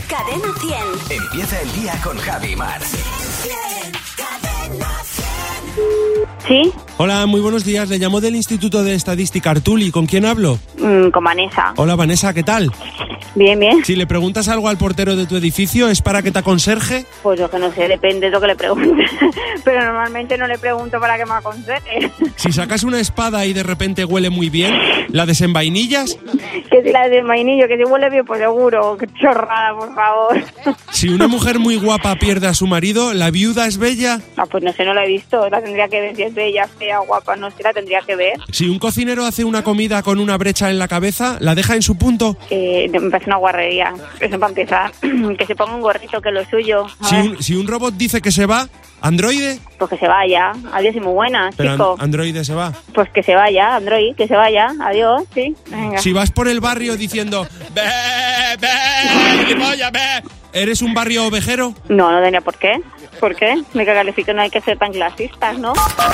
Cadena 100. Empieza el día con Javi Mar. Cadena 100. ¿Sí? Hola, muy buenos días. Le llamo del Instituto de Estadística Artuli. ¿Con quién hablo? Con Vanessa. Hola, Vanessa, ¿qué tal? Bien, bien. Si le preguntas algo al portero de tu edificio, ¿es para que te aconserje? Pues yo que no sé, depende de lo que le pregunte. Pero normalmente no le pregunto para que me aconseje. Si sacas una espada y de repente huele muy bien, ¿la desenvainillas? Que si la de vainillo, que si huele bien, pues seguro. Qué chorrada, por favor. Si una mujer muy guapa pierde a su marido, ¿la viuda es bella? Ah, pues no sé, no la he visto. La tendría que ver si es bella, fea, guapa, no sé, la tendría que ver. Si un cocinero hace una comida con una brecha en la cabeza, ¿la deja en su punto? Me parece una guarrería. Eso para empezar. Que se ponga un gorrito, que es lo suyo. Si un robot dice que se va, ¿androide? Pues que se vaya. Adiós y muy buenas, Pero chico. androide se va. Pues que se vaya, Android, que se vaya. Adiós, sí. Venga. Si vas por el barrio diciendo ¡Ve, ve, gilipollas, ve! ¿Eres un barrio ovejero? No, no tenía por qué. ¿Por qué? Me califico, no hay que ser tan clasistas, ¿no?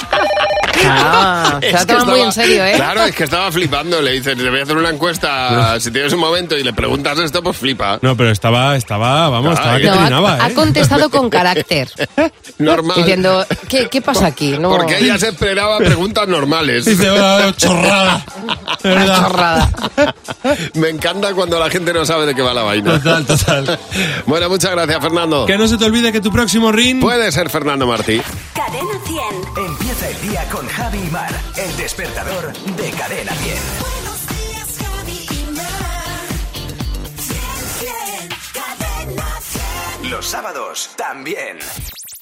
Se la toma muy en serio, ¿eh? Claro, es que estaba flipando. Le dices, le voy a hacer una encuesta. Si tienes un momento y le preguntas esto, pues flipa. No, pero estaba que trinaba, ha contestado con carácter. Normal. Diciendo, ¿qué pasa aquí? No. Porque ella se esperaba preguntas normales. Dice, chorrada. De verdad. Chorrada. Me encanta cuando la gente no sabe de qué va la vaina. Total. Bueno, muchas gracias, Fernando. Que no se te olvide que tu próximo ring... Puede ser Fernando Martí. Cadena 100. Empieza el día con Javi y Mar. El despertador de Cadena 100. Buenos días, Javi y Mar. 100, 100. Cadena 100. Los sábados también.